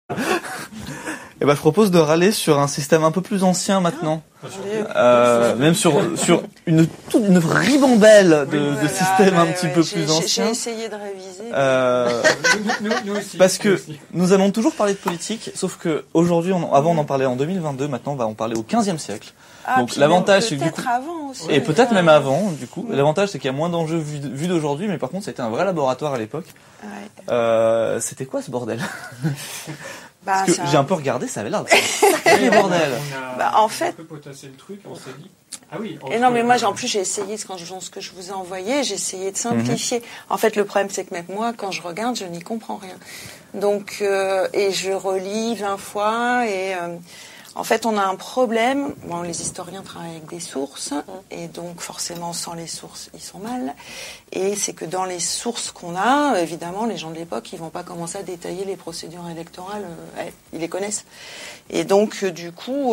Et je propose de râler sur un système un peu plus ancien maintenant. Même sur une ribambelle de systèmes un petit peu plus anciens. J'ai essayé de réviser. Nous aussi. Parce que nous allons toujours parler de politique, sauf que aujourd'hui, avant on en parlait en 2022, maintenant on va en parler au 15e siècle. Donc l'avantage c'est que du coup, avant aussi, et peut-être même avant, du coup, l'avantage c'est qu'il y a moins d'enjeux vus d'aujourd'hui, mais par contre c'était un vrai laboratoire à l'époque. Ouais. C'était quoi ce bordel? Bah, parce que j'ai un peu regardé, ça avait l'air de sacré bordel. En fait, un peu potassé le truc, on s'est dit. Ah oui. Et non, mais moi, en plus, j'ai essayé, ce que je vous ai envoyé, j'ai essayé de simplifier. En fait, le problème, c'est que même moi, quand je regarde, je n'y comprends rien. Donc, et je relis 20 fois, et en fait, on a un problème. Bon, les historiens travaillent avec des sources, et donc, forcément, sans les sources, ils sont mal. Et c'est que dans les sources qu'on a, évidemment, les gens de l'époque, ils vont pas commencer à détailler les procédures électorales. Ils les connaissent. Et donc, du coup,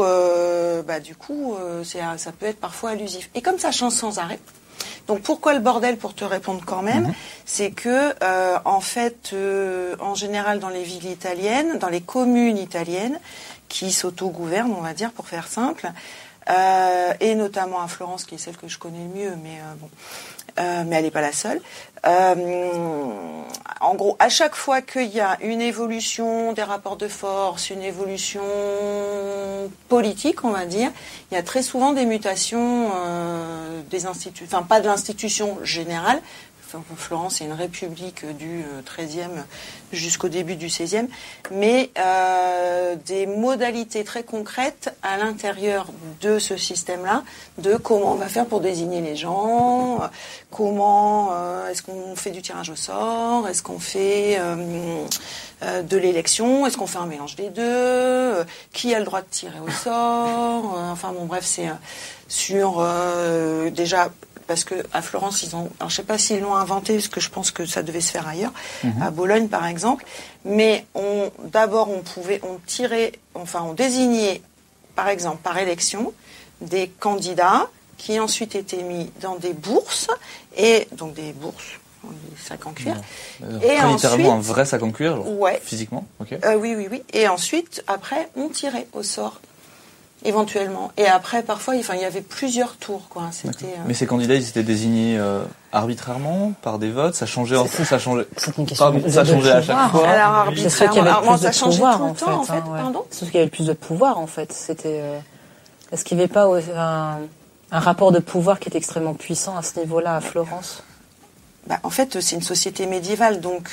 ça peut être parfois allusif. Et comme ça change sans arrêt. Donc, pourquoi le bordel, pour te répondre quand même, c'est que, en fait, en général, dans les villes italiennes, dans les communes italiennes, qui s'autogouvernent, on va dire, pour faire simple, et notamment à Florence, qui est celle que je connais le mieux, mais mais elle n'est pas la seule. En gros, à chaque fois qu'il y a une évolution des rapports de force, une évolution politique, on va dire, il y a très souvent des mutations des institutions, enfin pas de l'institution générale. Florence est une république du XIIIe jusqu'au début du XVIe, mais des modalités très concrètes à l'intérieur de ce système-là, de comment on va faire pour désigner les gens, comment est-ce qu'on fait du tirage au sort, est-ce qu'on fait de l'élection, est-ce qu'on fait un mélange des deux, qui a le droit de tirer au sort, enfin bon bref, c'est sur déjà... Parce que à Florence, alors je sais pas s'ils l'ont inventé, parce que je pense que ça devait se faire ailleurs, à Bologne par exemple. Mais on désignait, par exemple, par élection, des candidats qui ensuite étaient mis dans des bourses, et donc des bourses, des sacs en cuir. Et littéralement un vrai sac en cuir, genre, ouais. Physiquement. Okay. Oui. Et ensuite, après, on tirait au sort. Éventuellement. Et après, parfois, il y avait plusieurs tours, quoi. C'était. Mais ces candidats, ils étaient désignés arbitrairement par des votes. Ça changeait ça changeait. C'est une question ça changeait à chaque fois. Alors arbitrairement, ça changeait tout le temps, en fait. Pardon. Sauf qu'il y avait plus de pouvoir, en fait. C'était. Est-ce qu'il n'y avait pas un rapport de pouvoir qui était extrêmement puissant à ce niveau-là à Florence? En fait, c'est une société médiévale, donc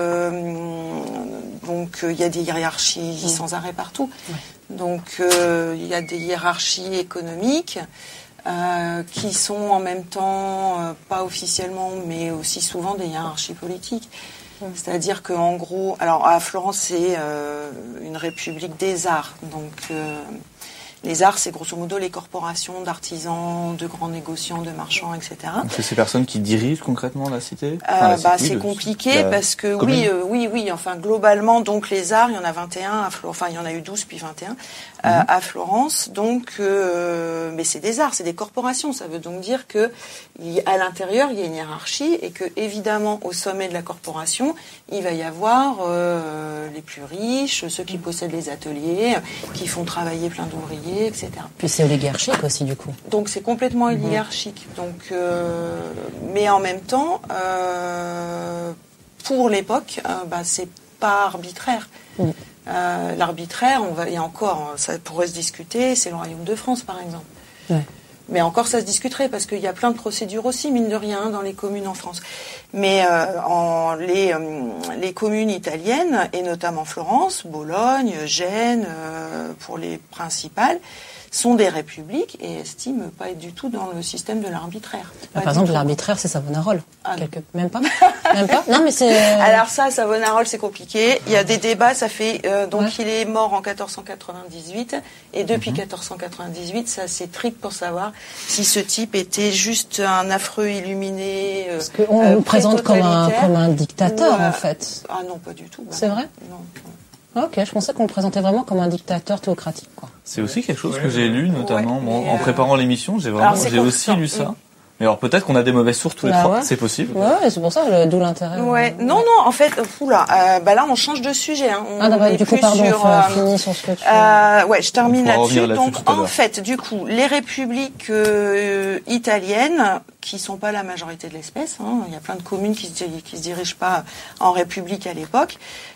il y a des hiérarchies sans arrêt partout. Ouais. Donc il y a des hiérarchies économiques qui sont en même temps pas officiellement, mais aussi souvent des hiérarchies politiques. C'est-à-dire qu'en gros, alors à Florence, c'est une république des arts, donc. Les arts, c'est grosso modo les corporations d'artisans, de grands négociants, de marchands, etc. Donc c'est ces personnes qui dirigent concrètement la cité c'est compliqué parce que oui. Enfin, globalement, donc les arts, il y en a 21 il y en a eu 12 puis 21 à Florence. Donc, mais c'est des arts, c'est des corporations. Ça veut donc dire que à l'intérieur, il y a une hiérarchie et que évidemment, au sommet de la corporation, il va y avoir les plus riches, ceux qui possèdent les ateliers, qui font travailler plein d'ouvriers, etc. Puis c'est oligarchique aussi, du coup. Donc c'est complètement oligarchique. Donc, mais en même temps, pour l'époque, c'est pas arbitraire. L'arbitraire, et encore, ça pourrait se discuter, c'est le Royaume de France, par exemple. Ouais. Mais encore, ça se discuterait, parce qu'il y a plein de procédures aussi, mine de rien, dans les communes en France. Mais les communes italiennes, et notamment Florence, Bologne, Gênes, pour les principales, sont des républiques et estiment pas être du tout dans le système de l'arbitraire. Par exemple, l'arbitraire, c'est Savonarola. Même pas. Non, mais c'est. Alors ça, Savonarola, c'est compliqué. Il y a des débats. Ça fait il est mort en 1498 et depuis 1498, ça c'est trick pour savoir si ce type était juste un affreux illuminé. Parce qu'on nous présente comme un dictateur en fait. Ah non, pas du tout. C'est vrai. Non. Ok, je pensais qu'on le présentait vraiment comme un dictateur théocratique, quoi. C'est aussi quelque chose que j'ai lu, notamment en préparant l'émission. J'ai aussi lu ça. Mais alors peut-être qu'on a des mauvaises sources tous les trois, c'est possible. Ouais, c'est pour ça, d'où l'intérêt. Ouais. Non, en fait, là, on change de sujet. Hein. Du coup, pardon, finis sur ce que tu... je termine là-dessus. Donc, en fait, du coup, les républiques italiennes, qui sont pas la majorité de l'espèce, hein, il y a plein de communes qui se dirigent pas en république à l'époque,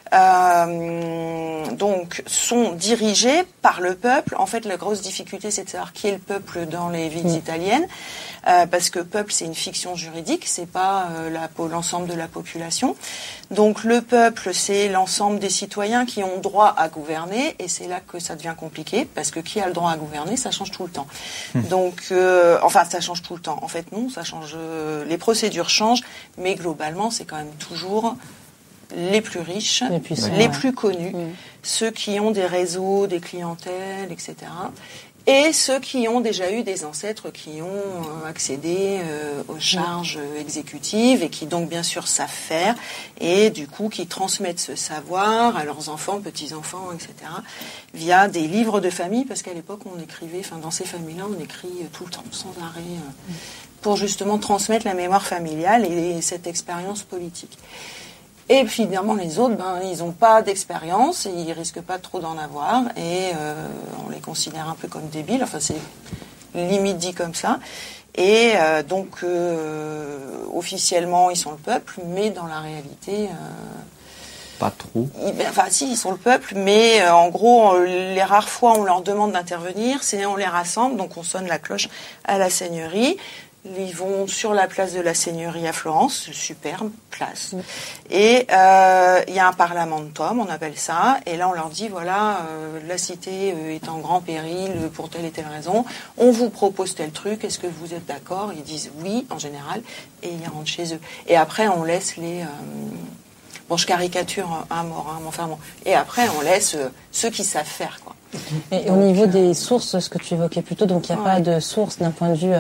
donc sont dirigées par le peuple. En fait, la grosse difficulté, c'est de savoir qui est le peuple dans les villes italiennes, parce que peuple, c'est une fiction juridique, c'est pas l'ensemble de la population. Donc le peuple, c'est l'ensemble des citoyens qui ont droit à gouverner, et c'est là que ça devient compliqué, parce que qui a le droit à gouverner, ça change tout le temps. Donc, ça change tout le temps. En fait, non, ça change. Les procédures changent, mais globalement, c'est quand même toujours les plus riches, les plus connus, ceux qui ont des réseaux, des clientèles, etc. Et ceux qui ont déjà eu des ancêtres qui ont accédé aux charges exécutives et qui donc bien sûr savent faire, et du coup qui transmettent ce savoir à leurs enfants, petits-enfants, etc. via des livres de famille, parce qu'à l'époque on écrivait, dans ces familles-là on écrit tout le temps, sans arrêt, pour justement transmettre la mémoire familiale et cette expérience politique. Et puis, évidemment, les autres, ils n'ont pas d'expérience, et ils risquent pas trop d'en avoir, et on les considère un peu comme débiles. Enfin, c'est limite dit comme ça. Et donc, officiellement, ils sont le peuple, mais dans la réalité... pas trop. Si, ils sont le peuple, mais en gros, les rares fois où on leur demande d'intervenir, c'est on les rassemble, donc on sonne la cloche à la seigneurie. Ils vont sur la place de la Seigneurie à Florence, superbe place. Et il y a un parlamentum, on appelle ça. Et là, on leur dit, la cité est en grand péril pour telle et telle raison. On vous propose tel truc, est-ce que vous êtes d'accord? Ils disent oui, en général, et ils rentrent chez eux. Et après, on laisse les... je caricature un mort, Et après, on laisse ceux qui savent faire, quoi. Et au niveau des sources, ce que tu évoquais plus tôt, donc il n'y a pas de source d'un point de vue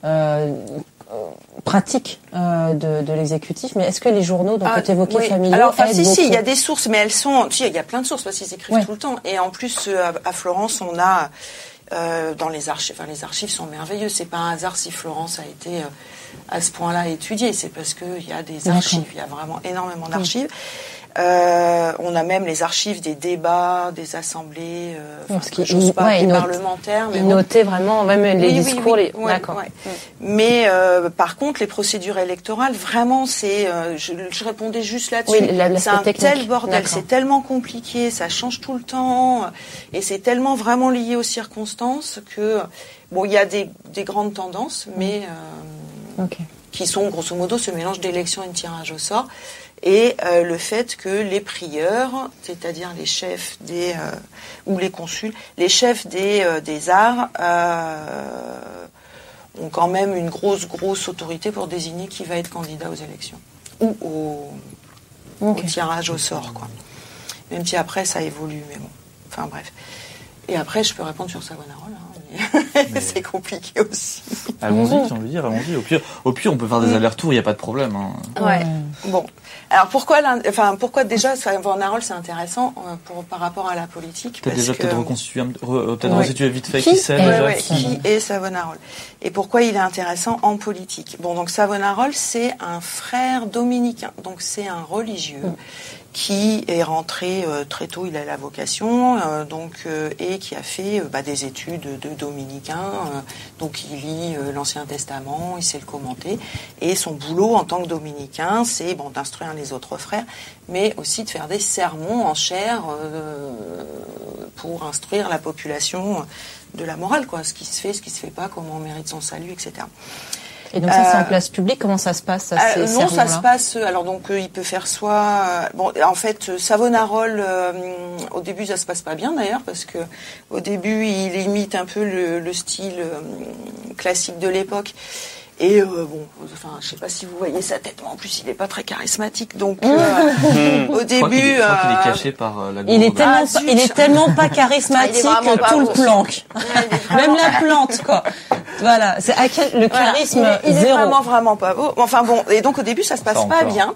pratique de l'exécutif, mais est-ce que les journaux, donc tu évoquais familiaux, alors, il y a des sources, mais elles sont... il y a plein de sources, parce qu'ils écrivent tout le temps. Et en plus, à Florence, on a, dans les archives, les archives sont merveilleuses. C'est pas un hasard si Florence a été à ce point-là étudiée, c'est parce qu'il y a des archives, il y a vraiment énormément d'archives. On a même les archives des débats, des assemblées, des parlementaires. Ils notaient vraiment même les discours. D'accord. Ouais. Mais par contre, les procédures électorales, vraiment, c'est... je répondais juste là-dessus. C'est un tel bordel, c'est tellement compliqué, ça change tout le temps, et c'est tellement vraiment lié aux circonstances que... il y a des grandes tendances, mais... qui sont, grosso modo, ce mélange d'élection et de tirage au sort. Et le fait que les prieurs, c'est-à-dire les chefs ou les consuls, les chefs des arts ont quand même une grosse autorité pour désigner qui va être candidat aux élections ou au tirage au sort, quoi. Même si après ça évolue, mais bon. Enfin bref. Et après, je peux répondre sur Savonarola. Mais... c'est compliqué aussi. Allons-y, j'ai envie de dire, allons-y. Au pire, on peut faire des allers-retours, il n'y a pas de problème. Hein. Ouais. Bon. Alors pourquoi déjà Savonarola c'est intéressant par rapport à la politique? Peut-être reconstituer vite fait qui c'est déjà. Qui est Savonarola et pourquoi il est intéressant en politique? Donc Savonarola, c'est un frère dominicain, donc c'est un religieux. Qui est rentré très tôt, il a la vocation, et qui a fait des études de dominicain. Donc il lit l'Ancien Testament, il sait le commenter. Et son boulot en tant que dominicain, c'est d'instruire les autres frères, mais aussi de faire des sermons en chair pour instruire la population de la morale, quoi. Ce qui se fait pas, comment on mérite son salut, etc. Et donc ça, c'est en place publique. Comment ça se passe, ces non, ça se passe... Alors, donc, il peut faire soit... en fait, Savonarola, au début, ça se passe pas bien, d'ailleurs, parce que au début, il imite un peu le style classique de l'époque. Et je sais pas si vous voyez sa tête, mais en plus il est pas très charismatique, donc au début, je crois qu'il est caché par la. Il est tellement pas charismatique que tout le planque, même la plante, quoi. Voilà, c'est le charisme il zéro. est vraiment pas beau. Enfin bon, et donc au début ça se passe pas bien.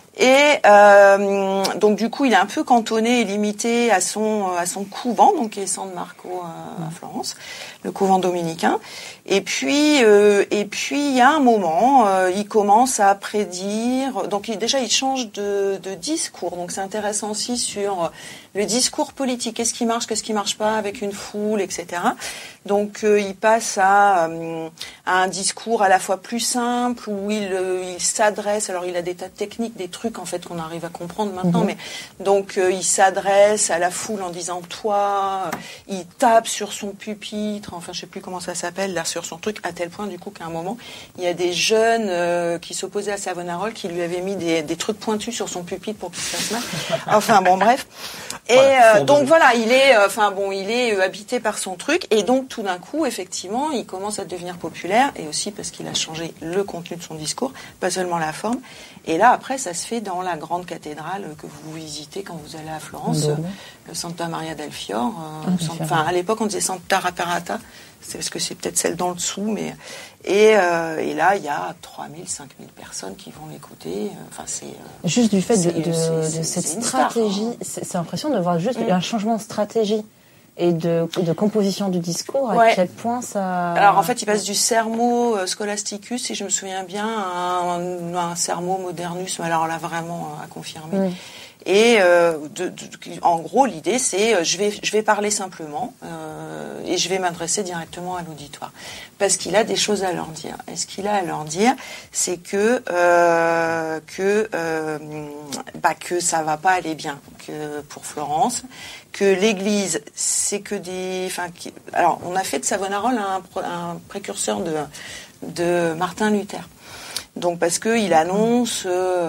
Et donc du coup, il est un peu cantonné et limité à son couvent, donc qui est San Marco à Florence, le couvent dominicain. Et puis il y a un moment, il commence à prédire. Donc il change de discours. Donc c'est intéressant aussi sur le discours politique. Qu'est-ce qui marche pas avec une foule, etc. Donc il passe à un discours à la fois plus simple où il s'adresse. Alors il a des tas de techniques, des trucs en fait qu'on arrive à comprendre maintenant. Mais donc il s'adresse à la foule en disant toi. Il tape sur son pupitre. Enfin je sais plus comment ça s'appelle là sur son truc, à tel point du coup qu'à un moment il y a des jeunes qui s'opposaient à Savonarola qui lui avaient mis des trucs pointus sur son pupitre pour qu'il se fasse mal. Enfin bon bref. Et donc voilà, il est habité par son truc et donc tout d'un coup effectivement il commence à devenir populaire et aussi parce qu'il a changé le contenu de son discours, pas seulement la forme. Et là après ça se fait dans la grande cathédrale que vous visitez quand vous allez à Florence, Santa Maria del Fior. Enfin à l'époque on disait Santa Reparata. C'est parce que c'est peut-être celle dans le dessous, mais et là il y a 3000, 5000 personnes qui vont l'écouter. Enfin c'est juste du fait de cette stratégie, c'est impressionnant de voir juste un changement de stratégie et de composition du discours. À quel point ça. Alors en fait il passe du Sermo Scholasticus, si je me souviens bien, à un Sermo Modernus. Mais alors là vraiment à confirmer. Et en gros, l'idée, c'est je vais parler simplement et je vais m'adresser directement à l'auditoire parce qu'il a des choses à leur dire. Et ce qu'il a à leur dire, c'est que ça va pas aller bien que pour Florence, que l'Église, c'est que alors on a fait de Savonarola un précurseur de Martin Luther. Donc parce que il annonce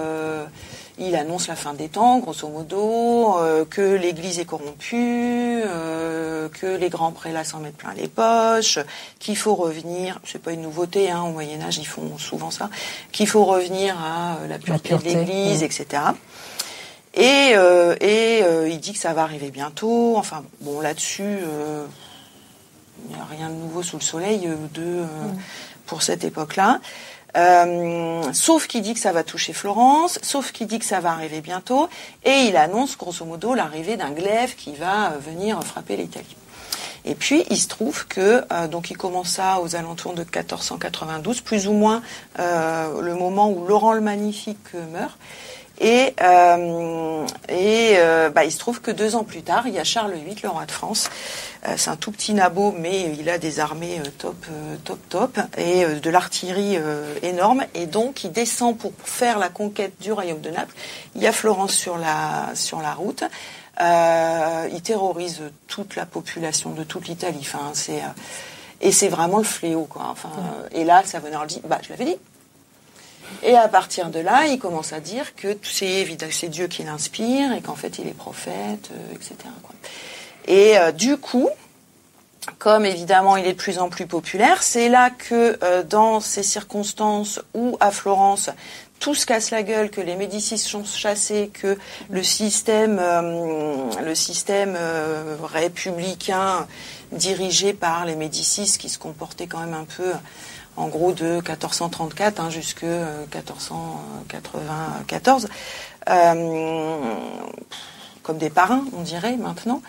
la fin des temps, grosso modo, que l'Église est corrompue, que les grands prélats s'en mettent plein les poches, qu'il faut revenir, c'est pas une nouveauté, au Moyen-Âge ils font souvent ça, qu'il faut revenir à la pureté de l'Église, etc. Et il dit que ça va arriver bientôt. Enfin bon, là-dessus, il n'y a rien de nouveau sous le soleil pour cette époque-là. Sauf qu'il dit que ça va toucher Florence, sauf qu'il dit que ça va arriver bientôt, et il annonce grosso modo l'arrivée d'un glaive qui va venir frapper l'Italie. Et puis il se trouve que donc il commence ça aux alentours de 1492, plus ou moins le moment où Laurent le Magnifique meurt. Et il se trouve que 2 ans plus tard, il y a Charles VIII, le roi de France. C'est un tout petit nabot, mais il a des armées top, et de l'artillerie énorme. Et donc, il descend pour faire la conquête du royaume de Naples. Il y a Florence sur la route. Il terrorise toute la population de toute l'Italie. Enfin, et c'est vraiment le fléau, quoi. Enfin, et là, Savonarola dit, je l'avais dit. Et à partir de là, il commence à dire que c'est Dieu qui l'inspire et qu'en fait il est prophète, etc. quoi. Et du coup, comme évidemment il est de plus en plus populaire, c'est là que dans ces circonstances où à Florence tout se casse la gueule, que les Médicis sont chassés, que le système républicain dirigé par les Médicis, qui se comportait quand même un peu en gros de 1434 jusque 1494, comme des parrains, on dirait maintenant.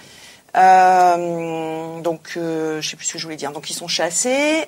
Donc, je sais plus ce que je voulais dire. Donc, ils sont chassés.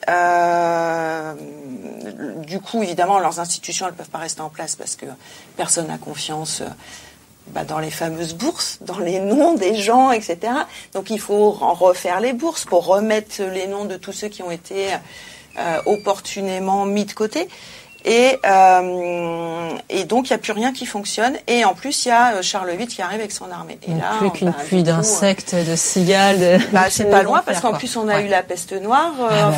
Du coup, évidemment, leurs institutions, elles peuvent pas rester en place parce que personne n'a confiance dans les fameuses bourses, dans les noms des gens, etc. Donc, il faut refaire les bourses pour remettre les noms de tous ceux qui ont été opportunément mis de côté. Et donc il n'y a plus rien qui fonctionne. Et en plus il y a Charles VIII qui arrive avec son armée. Et là, plus qu'une pluie d'insectes, de cigales. C'est pas loin parce qu'en plus on a eu la peste noire.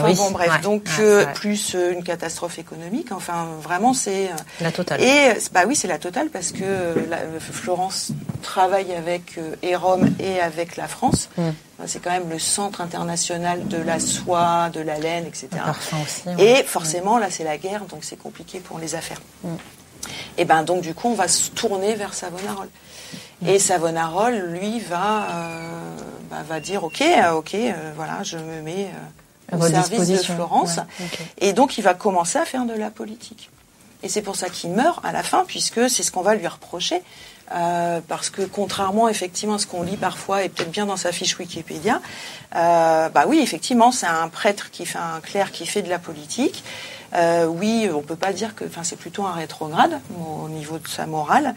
Plus une catastrophe économique. Enfin vraiment c'est la totale. Et c'est la totale parce que Florence travaille avec et Rome et avec la France. C'est quand même le centre international de la soie, de la laine, etc. Aussi, et forcément, là, c'est la guerre, donc c'est compliqué pour les affaires. Et donc, du coup, on va se tourner vers Savonarola. Et Savonarola, lui, va dire, voilà, je me mets au service de Florence. Et donc, il va commencer à faire de la politique. Et c'est pour ça qu'il meurt à la fin, puisque c'est ce qu'on va lui reprocher. Parce que contrairement effectivement à ce qu'on lit parfois et peut-être bien dans sa fiche Wikipédia, oui effectivement c'est un prêtre un clerc qui fait de la politique. Oui, on peut pas dire que, c'est plutôt un rétrograde au niveau de sa morale.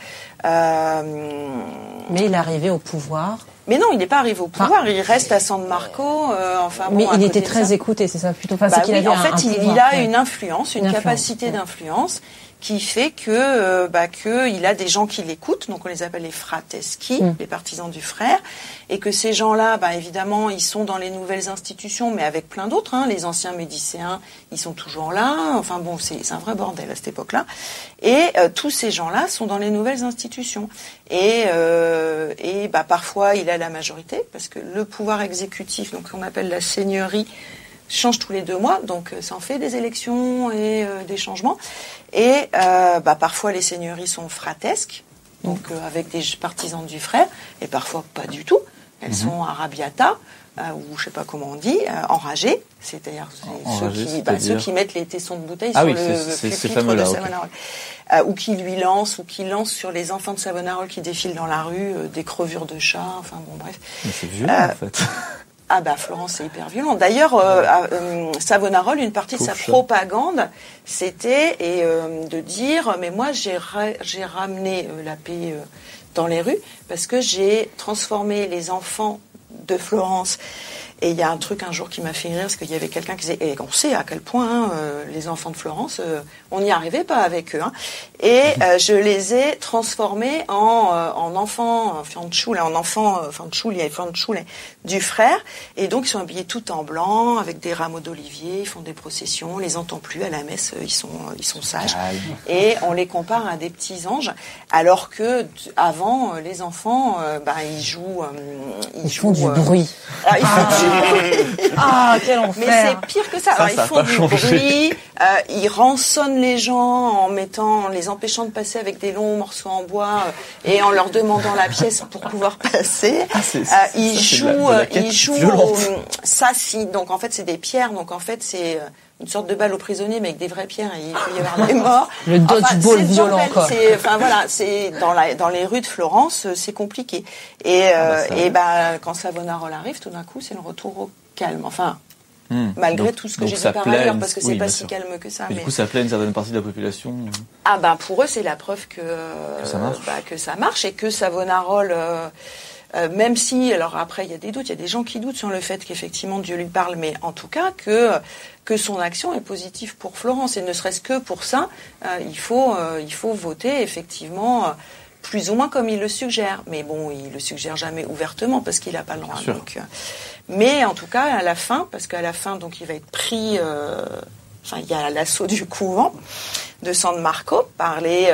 Mais il est arrivé au pouvoir. Mais non, il n'est pas arrivé au pouvoir. Il reste à San Marco. Mais il était très écouté, c'est ça plutôt. C'est qu'il avait il a une influence, une capacité d'influence qui fait que il a des gens qui l'écoutent, donc on les appelle les frateschi, les partisans du frère, et que ces gens-là, évidemment, ils sont dans les nouvelles institutions, mais avec plein d'autres. Les anciens médicéens, ils sont toujours là. Enfin bon, c'est un vrai bordel à cette époque-là. Et tous ces gens-là sont dans les nouvelles institutions. Et parfois, il a la majorité, parce que le pouvoir exécutif, donc qu'on appelle la seigneurie, change tous les 2 mois, donc ça en fait des élections et des changements. Et parfois les seigneuries sont fratesques, donc avec des partisans du frère, et parfois pas du tout. Elles sont arrabbiata, ou je sais pas comment on dit, enragées, c'est-à-dire ceux qui mettent les tessons de bouteille sur le pupitre de Savonarola. Ou qui lui lancent, ou qui lancent sur les enfants de Savonarola qui défilent dans la rue des crevures de chats, enfin bon bref. Mais c'est violent en fait. Florence, c'est hyper violent. D'ailleurs, Savonarola, une partie de sa propagande, c'était de dire, mais moi j'ai ramené la paix dans les rues parce que j'ai transformé les enfants de Florence. Et il y a un truc un jour qui m'a fait rire, parce qu'il y avait quelqu'un qui disait, et on sait à quel point les enfants de Florence, on n'y arrivait pas avec eux. Et je les ai transformés en enfants fanciulli et fanciulle du frère. Et donc ils sont habillés tout en blanc, avec des rameaux d'olivier, ils font des processions, on les entend plus à la messe, ils sont sages. Et on les compare à des petits anges, alors que avant les enfants, ils jouent. Ils font du bruit. Ils font du quel enfer. Mais c'est pire que ça. Alors, ils font du bruit, ils rançonnent les gens en les empêchant de passer avec des longs morceaux en bois et en leur demandant la pièce pour pouvoir passer. Ils jouent sassi. Donc en fait c'est des pierres. Donc en fait c'est une sorte de balle aux prisonniers, mais avec des vraies pierres, et il peut y avoir des morts. Le dodgeball violent, quoi. C'est dans les rues de Florence, c'est compliqué. Et quand Savonarola arrive, tout d'un coup, c'est le retour au calme. Enfin, malgré tout ce que j'ai dit par ailleurs, parce que c'est pas si calme que ça. Mais du coup, ça plaît une certaine partie de la population. Pour eux, c'est la preuve que ça marche et que Savonarola. Même si, alors après, il y a des doutes, il y a des gens qui doutent sur le fait qu'effectivement Dieu lui parle, mais en tout cas que son action est positive pour Florence, et ne serait-ce que pour ça, il faut voter effectivement plus ou moins comme il le suggère. Mais bon, il le suggère jamais ouvertement parce qu'il n'a pas le droit. Donc, mais en tout cas, à la fin, parce qu'à la fin, donc il va être pris. Il y a l'assaut du couvent de San Marco par les.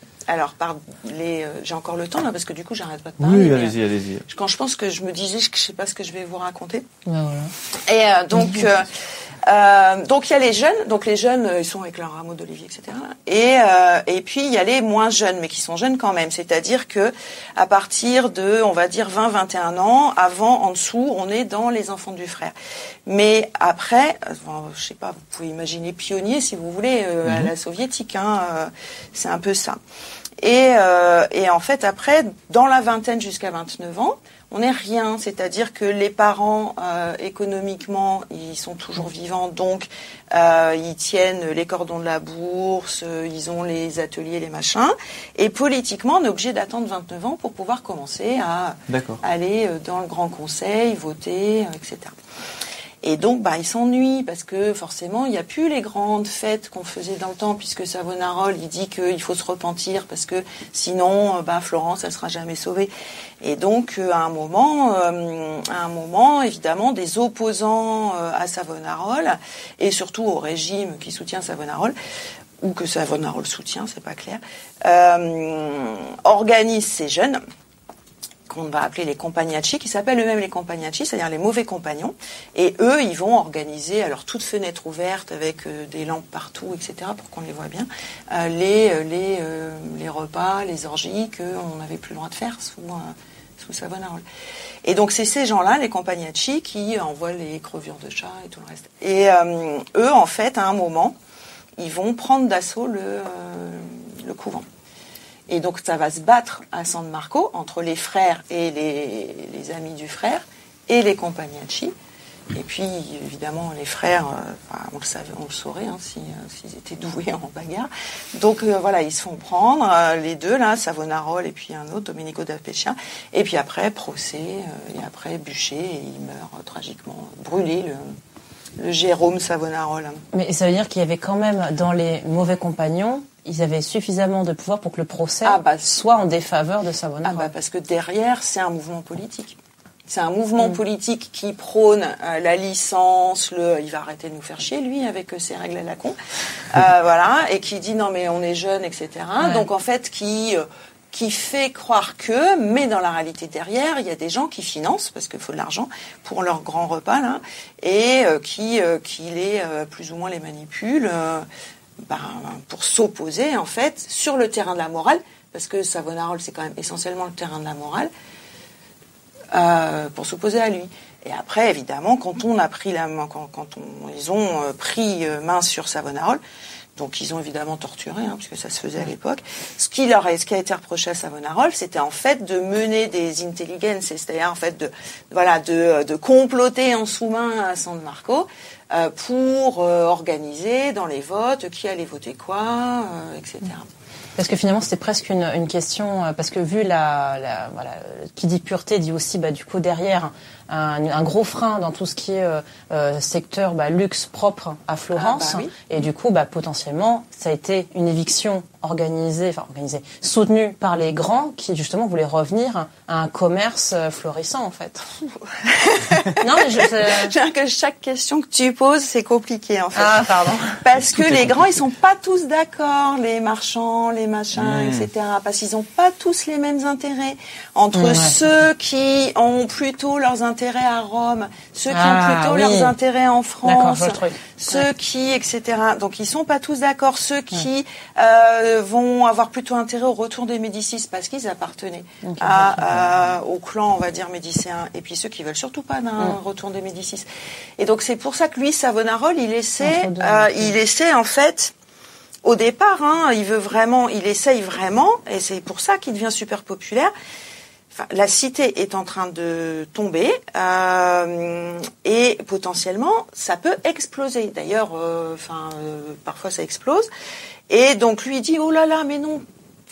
J'ai encore le temps là parce que du coup j'arrête pas de parler. Oui, allez-y. Quand je pense que je me disais, je sais pas ce que je vais vous raconter. Voilà. Et donc il y a les jeunes. Donc les jeunes, ils sont avec leur rameau d'olivier, etc. Et puis il y a les moins jeunes, mais qui sont jeunes quand même. C'est-à-dire que à partir de, on va dire 20-21 ans, en dessous, on est dans les enfants du frère. Mais après, je sais pas, vous pouvez imaginer pionnier si vous voulez à la soviétique. C'est un peu ça. Et en fait, après, dans la vingtaine jusqu'à 29 ans, on n'est rien. C'est-à-dire que les parents, économiquement, ils sont toujours vivants, donc ils tiennent les cordons de la bourse, ils ont les ateliers, les machins. Et politiquement, on est obligé d'attendre 29 ans pour pouvoir commencer à aller dans le Grand Conseil, voter, etc. Et donc, ils s'ennuient parce que forcément, il n'y a plus les grandes fêtes qu'on faisait dans le temps, puisque Savonarola, il dit qu'il faut se repentir parce que sinon, Florence, elle sera jamais sauvée. Et donc, à un moment, évidemment, des opposants à Savonarola et surtout au régime qui soutient Savonarola, ou que Savonarola soutient, c'est pas clair, organisent ces jeunes qu'on va appeler les compagnacci, qui s'appellent eux-mêmes les compagnacci, c'est-à-dire les mauvais compagnons. Et eux, ils vont organiser, alors toutes fenêtres ouvertes avec des lampes partout, etc., pour qu'on les voit bien, les repas, les orgies qu'on n'avait plus le droit de faire sous Savonarola. Et donc c'est ces gens-là, les compagnacci, qui envoient les crevures de chats et tout le reste. Et eux, en fait, à un moment, ils vont prendre d'assaut le couvent. Et donc ça va se battre à San Marco entre les frères et les amis du frère et les Compagnacci. Et puis évidemment les frères, on le saurait s'ils étaient doués en bagarre. Donc voilà, ils se font prendre les deux là, Savonarola et puis un autre, Domenico da Pescia. Et puis après procès et après bûcher et il meurt tragiquement brûlé le Jérôme Savonarola. Mais ça veut dire qu'il y avait quand même dans les mauvais compagnons, ils avaient suffisamment de pouvoir pour que le procès soit en défaveur de Savonarola. Parce que derrière, c'est un mouvement politique. C'est un mouvement politique qui prône la licence, il va arrêter de nous faire chier, lui, avec ses règles à la con. Voilà, et qui dit non mais on est jeunes, etc. Ouais. Donc en fait, qui fait croire que, mais dans la réalité derrière, il y a des gens qui financent, parce qu'il faut de l'argent pour leur grand repas, là, et qui les, plus ou moins les manipulent pour s'opposer, en fait, sur le terrain de la morale, parce que Savonarola, c'est quand même essentiellement le terrain de la morale, pour s'opposer à lui. Et après, évidemment, quand on a pris la main, ils ont pris main sur Savonarola, donc ils ont évidemment torturé, puisque ça se faisait à l'époque. Ce qui a été reproché à Savonarola, c'était en fait de mener des intelligences, c'est-à-dire en fait de comploter en sous-main à San Marco pour organiser dans les votes qui allait voter quoi, etc. Parce que finalement, c'était presque une question, parce que vu qui dit pureté, dit aussi, du coup, derrière, un gros frein dans tout ce qui est secteur luxe propre à Florence. Oui. Et du coup, potentiellement, ça a été une éviction organisée, soutenue par les grands qui, justement, voulaient revenir à un commerce florissant, en fait. Non, mais que chaque question que tu poses, c'est compliqué, en fait. Ah, pardon. Parce que les grands, ils sont pas tous d'accord, les marchands, les machins, etc. Parce qu'ils ont pas tous les mêmes intérêts. Entre ceux qui ont plutôt leurs intérêts à Rome, ceux qui ont plutôt leurs intérêts en France, ceux qui, etc. Donc ils sont pas tous d'accord. Ceux qui vont avoir plutôt intérêt au retour des Médicis parce qu'ils appartenaient au clan, on va dire, médicéen. Et puis ceux qui veulent surtout pas d'un retour des Médicis. Et donc c'est pour ça que lui, Savonarola, il essaie en fait. Au départ, il essaye vraiment, et c'est pour ça qu'il devient super populaire. La cité est en train de tomber et potentiellement ça peut exploser. D'ailleurs, parfois ça explose. Et donc lui il dit oh là là mais non.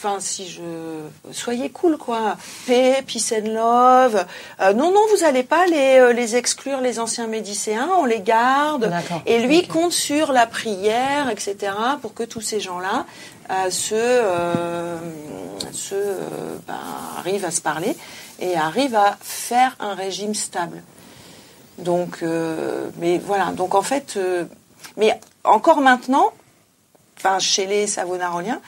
Soyez cool quoi. Paix, peace and love. Non, vous allez pas les exclure les anciens médicéens, on les garde. D'accord. Et lui compte sur la prière, etc. pour que tous ces gens-là arrivent à se parler et arrivent à faire un régime stable. Donc, mais voilà. Donc en fait, mais encore maintenant, chez les Savonaroliens.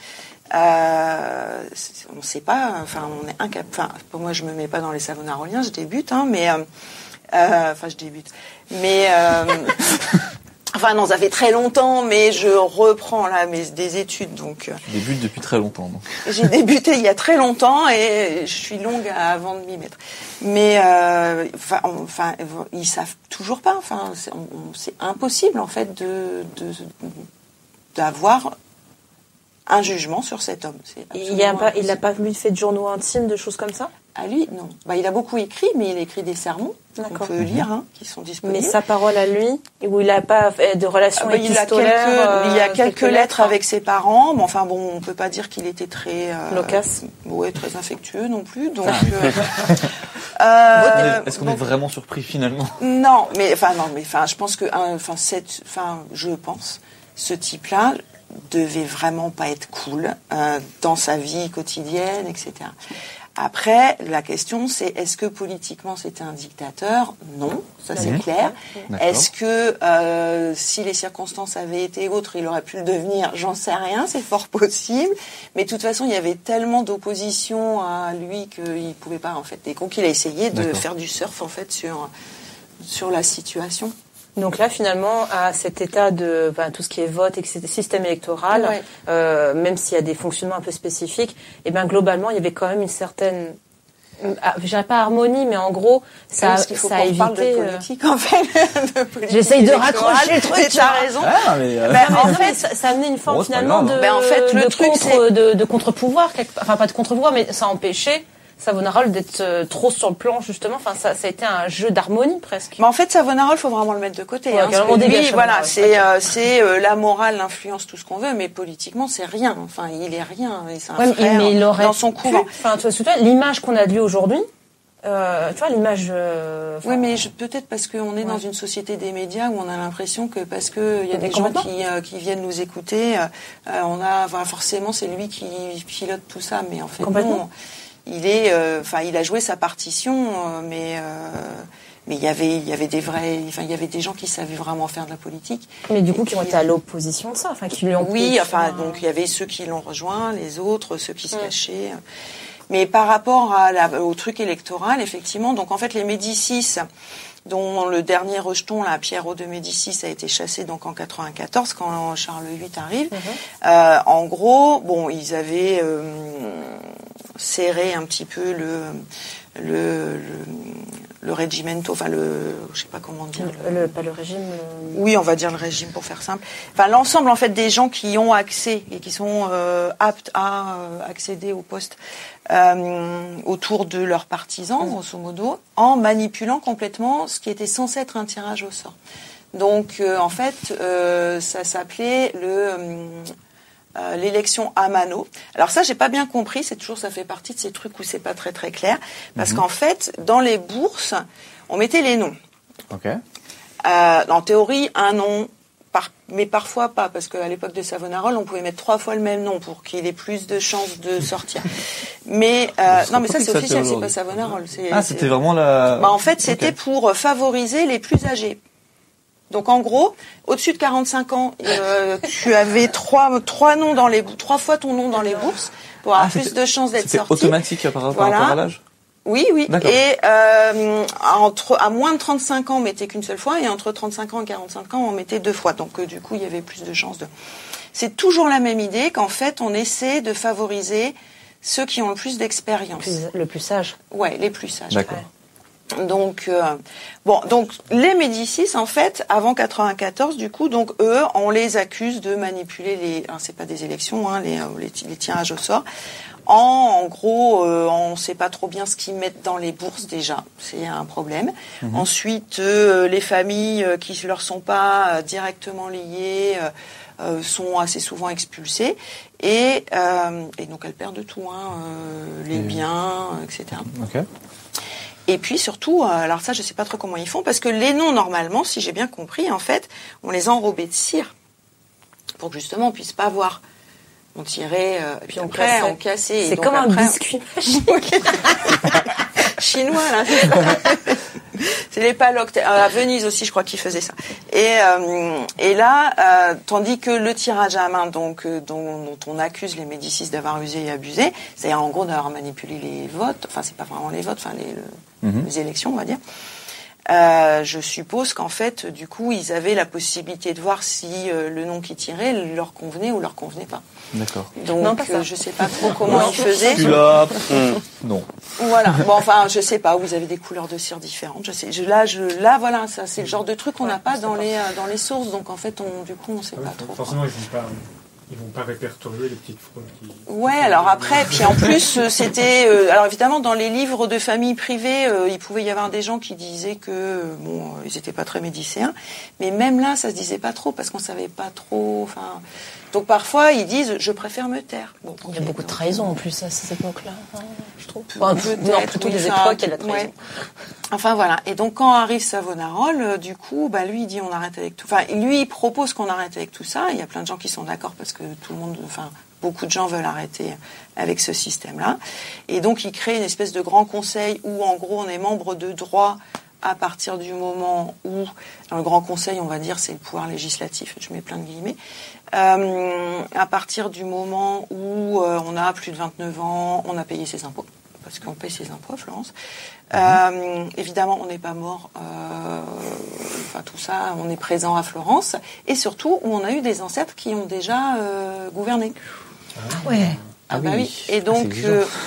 On ne sait pas, on est incapable. Pour moi, je me mets pas dans les Savonaroliens, je débute, je débute. Mais non, ça fait très longtemps, mais je reprends là des études, donc. Tu débutes depuis très longtemps, donc. J'ai débuté il y a très longtemps et je suis longue avant de m'y mettre. Mais ils savent toujours pas. C'est impossible en fait d'avoir un jugement sur cet homme. Il n'a pas fait de journaux intimes, de choses comme ça? À lui, non. Il a beaucoup écrit, mais il écrit des sermons qu'on peut lire, qui sont disponibles. Mais sa parole à lui, où il n'a pas de relation épistolaire. Il y a quelques lettres avec ses parents, mais on peut pas dire qu'il était très loquace. Très affectueux non plus. Donc, est-ce qu'on est vraiment surpris finalement? Non, mais je pense que, je pense, ce type-là devait vraiment pas être cool dans sa vie quotidienne, etc. Après, la question c'est est-ce que politiquement c'était un dictateur? Non, ça c'est clair. D'accord. Est-ce que si les circonstances avaient été autres, il aurait pu le devenir? J'en sais rien, c'est fort possible. Mais de toute façon, il y avait tellement d'opposition à lui qu'il pouvait pas en fait. Et donc il a essayé de faire du surf en fait sur la situation. Donc là, finalement, à cet état de tout ce qui est vote et système électoral, même s'il y a des fonctionnements un peu spécifiques, globalement, il y avait quand même une certaine je dirais pas harmonie, mais en gros, ça a évité. Parle de politique, en fait. J'essaye de raccrocher le truc. Tu as raison. Ah, mais, en fait, ça amenait une forme finalement de contre-pouvoir, enfin pas de contre-pouvoir, mais ça empêchait Savonarole d'être trop sur le plan justement. Enfin, ça a été un jeu d'harmonie presque. Mais en fait, Savonarole, faut vraiment le mettre de côté. Ouais, lui, voilà, c'est la morale, l'influence, tout ce qu'on veut, mais politiquement, c'est rien. Enfin, il est rien. C'est un frère mais il aurait dans son couvent. Enfin, tu vois, l'image qu'on a de lui aujourd'hui. Tu vois l'image. Oui, mais peut-être parce qu'on est dans une société des médias où on a l'impression que parce que il y a des gens qui viennent nous écouter, forcément c'est lui qui pilote tout ça, mais en fait non. Il a joué sa partition, mais il y avait des gens qui savaient vraiment faire de la politique. Mais du coup, qui ont été à l'opposition de ça, enfin qui lui ont. Oui, donc il y avait ceux qui l'ont rejoint, les autres, ceux qui se cachaient. Mais par rapport au truc électoral, effectivement, donc en fait les Médicis, dont le dernier rejeton, là, Piero de Médicis, a été chassé donc en 94 quand Charles VIII arrive. En gros, ils avaient serré un petit peu le regimento, enfin je sais pas comment dire. Pas le régime. Oui, on va dire le régime pour faire simple. Enfin, l'ensemble en fait des gens qui ont accès et qui sont aptes à accéder au poste autour de leurs partisans, grosso modo, en manipulant complètement ce qui était censé être un tirage au sort. Donc, en fait, ça s'appelait l'élection à mano. Alors ça, j'ai pas bien compris. Ça fait partie de ces trucs où c'est pas très très clair, parce qu'en fait, dans les bourses, on mettait les noms. Ok. En théorie, un nom. Mais parfois pas, parce qu'à l'époque de Savonarole, on pouvait mettre 3 fois le même nom pour qu'il ait plus de chances de sortir. Mais non, mais ça c'est officiel, c'est pas Savonarole. C'était vraiment la. En fait, c'était pour favoriser les plus âgés. Donc en gros, au-dessus de 45 ans, tu avais 3 noms dans les 3 fois ton nom dans les bourses pour avoir plus de chances d'être sorti. C'était automatique par rapport à l'âge. Oui. D'accord. Et à moins de 35 ans, on mettait qu'une seule fois, et entre 35 ans et 45 ans, on mettait 2 fois. Donc du coup, il y avait plus de chances de. C'est toujours la même idée qu'en fait, on essaie de favoriser ceux qui ont le plus d'expérience. Le plus sage. Ouais, les plus sages. D'accord. Ouais. Donc donc les Médicis en fait avant 94 du coup donc eux on les accuse de manipuler c'est pas des élections les tirages au sort. En gros, on ne sait pas trop bien ce qu'ils mettent dans les bourses déjà, c'est un problème. Ensuite, les familles qui ne leur sont pas directement liées sont assez souvent expulsées et donc elles perdent tout, les biens, etc. Okay. Et puis surtout, alors ça je ne sais pas trop comment ils font, parce que les noms normalement, si j'ai bien compris, en fait, on les enrobait de cire pour que justement on puisse pas voir. On tirait, puis après on cassait. C'est comme un biscuit chinois là. C'est les palocs. À Venise aussi, je crois qu'ils faisaient ça. Et là, tandis que le tirage à main, donc dont on accuse les Médicis d'avoir usé et abusé, c'est-à-dire en gros d'avoir manipulé les votes. Enfin, c'est pas vraiment les votes, enfin les élections, on va dire. Je suppose qu'en fait, du coup, ils avaient la possibilité de voir si le nom qu'ils tiraient leur convenait ou leur convenait pas. D'accord. Donc, non, je sais pas trop comment ils faisaient. Non. Voilà. Bon, enfin, je sais pas. Vous avez des couleurs de cire différentes. Je sais. Là, voilà, ça, c'est le genre de truc qu'on n'a pas dans les sources. Donc, en fait, on sait pas trop. Forcément, ils vont pas répertorier les petites fraudes qui... Ouais, alors après, puis en plus, c'était... alors évidemment, dans les livres de famille privée, il pouvait y avoir des gens qui disaient que, ils étaient pas très médicéens. Mais même là, ça se disait pas trop, parce qu'on savait pas trop... Enfin, donc parfois, ils disent, je préfère me taire. Bon, il y a beaucoup de trahison en plus à cette époque-là, je trouve. Plutôt des époques, il y a de la trahison. Ouais. Enfin voilà. Et donc quand arrive Savonarole, du coup, lui il dit on arrête avec tout. Enfin, lui il propose qu'on arrête avec tout ça. Il y a plein de gens qui sont d'accord parce que tout le monde, beaucoup de gens veulent arrêter avec ce système-là. Et donc il crée une espèce de grand conseil où en gros on est membre de droit à partir du moment où, dans le grand conseil, on va dire, c'est le pouvoir législatif. Je mets plein de guillemets. À partir du moment où on a plus de 29 ans, on a payé ses impôts. Parce qu'on paye ses impôts, Florence. Évidemment, on n'est pas mort. Tout ça, on est présent à Florence. Et surtout, où on a eu des ancêtres qui ont déjà gouverné. Ah ouais. Oui. Et donc,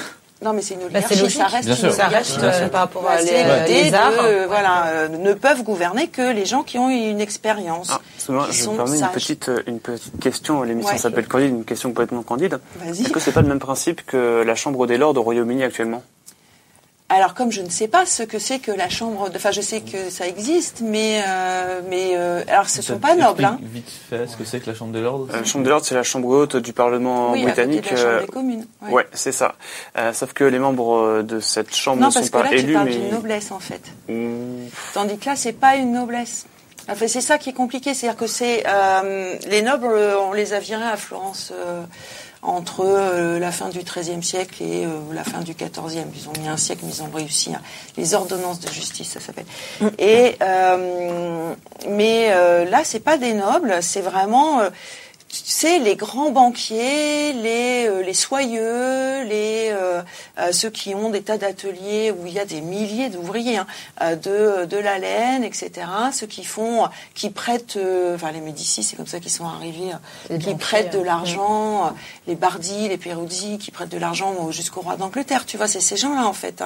Non, mais c'est une oligarchie, logique. ça reste Bien une sûr. oligarchie. Ça reste par rapport à C'est les l'idée arts. ne peuvent gouverner que les gens qui ont eu une expérience. Souvent, je me permets une petite question. L'émission s'appelle Candide, une question complètement candide. Vas-y. Est-ce que c'est pas le même principe que la Chambre des Lords au Royaume-Uni actuellement? Alors, comme je ne sais pas ce que c'est que la chambre, enfin, je sais que ça existe, mais alors, ce sont pas nobles, hein. Vite fait, ce que c'est que la Chambre des Lords. La Chambre des Lords, c'est la chambre haute du Parlement britannique. À côté de la Chambre des communes. Ouais, c'est ça. Sauf que les membres de cette chambre ne sont pas élus, mais... Non, parce que là, tu parles mais d'une noblesse, en fait. Tandis que là, c'est pas une noblesse. Enfin, c'est ça qui est compliqué, c'est-à-dire que c'est les nobles, on les a virés à Florence entre la fin du XIIIe siècle et la fin du XIVe. Ils ont mis un siècle, mais ils ont réussi. Les ordonnances de justice, ça s'appelle. Et mais là, c'est pas des nobles, c'est vraiment c'est les grands banquiers, les soyeux, ceux qui ont des tas d'ateliers où il y a des milliers d'ouvriers, de la laine, etc. Ceux qui prêtent, enfin les Médicis, c'est comme ça qu'ils sont arrivés, qui prêtent de l'argent, les Bardi, les Peruzzi, qui prêtent de l'argent jusqu'au roi d'Angleterre. Tu vois, c'est ces gens-là en fait.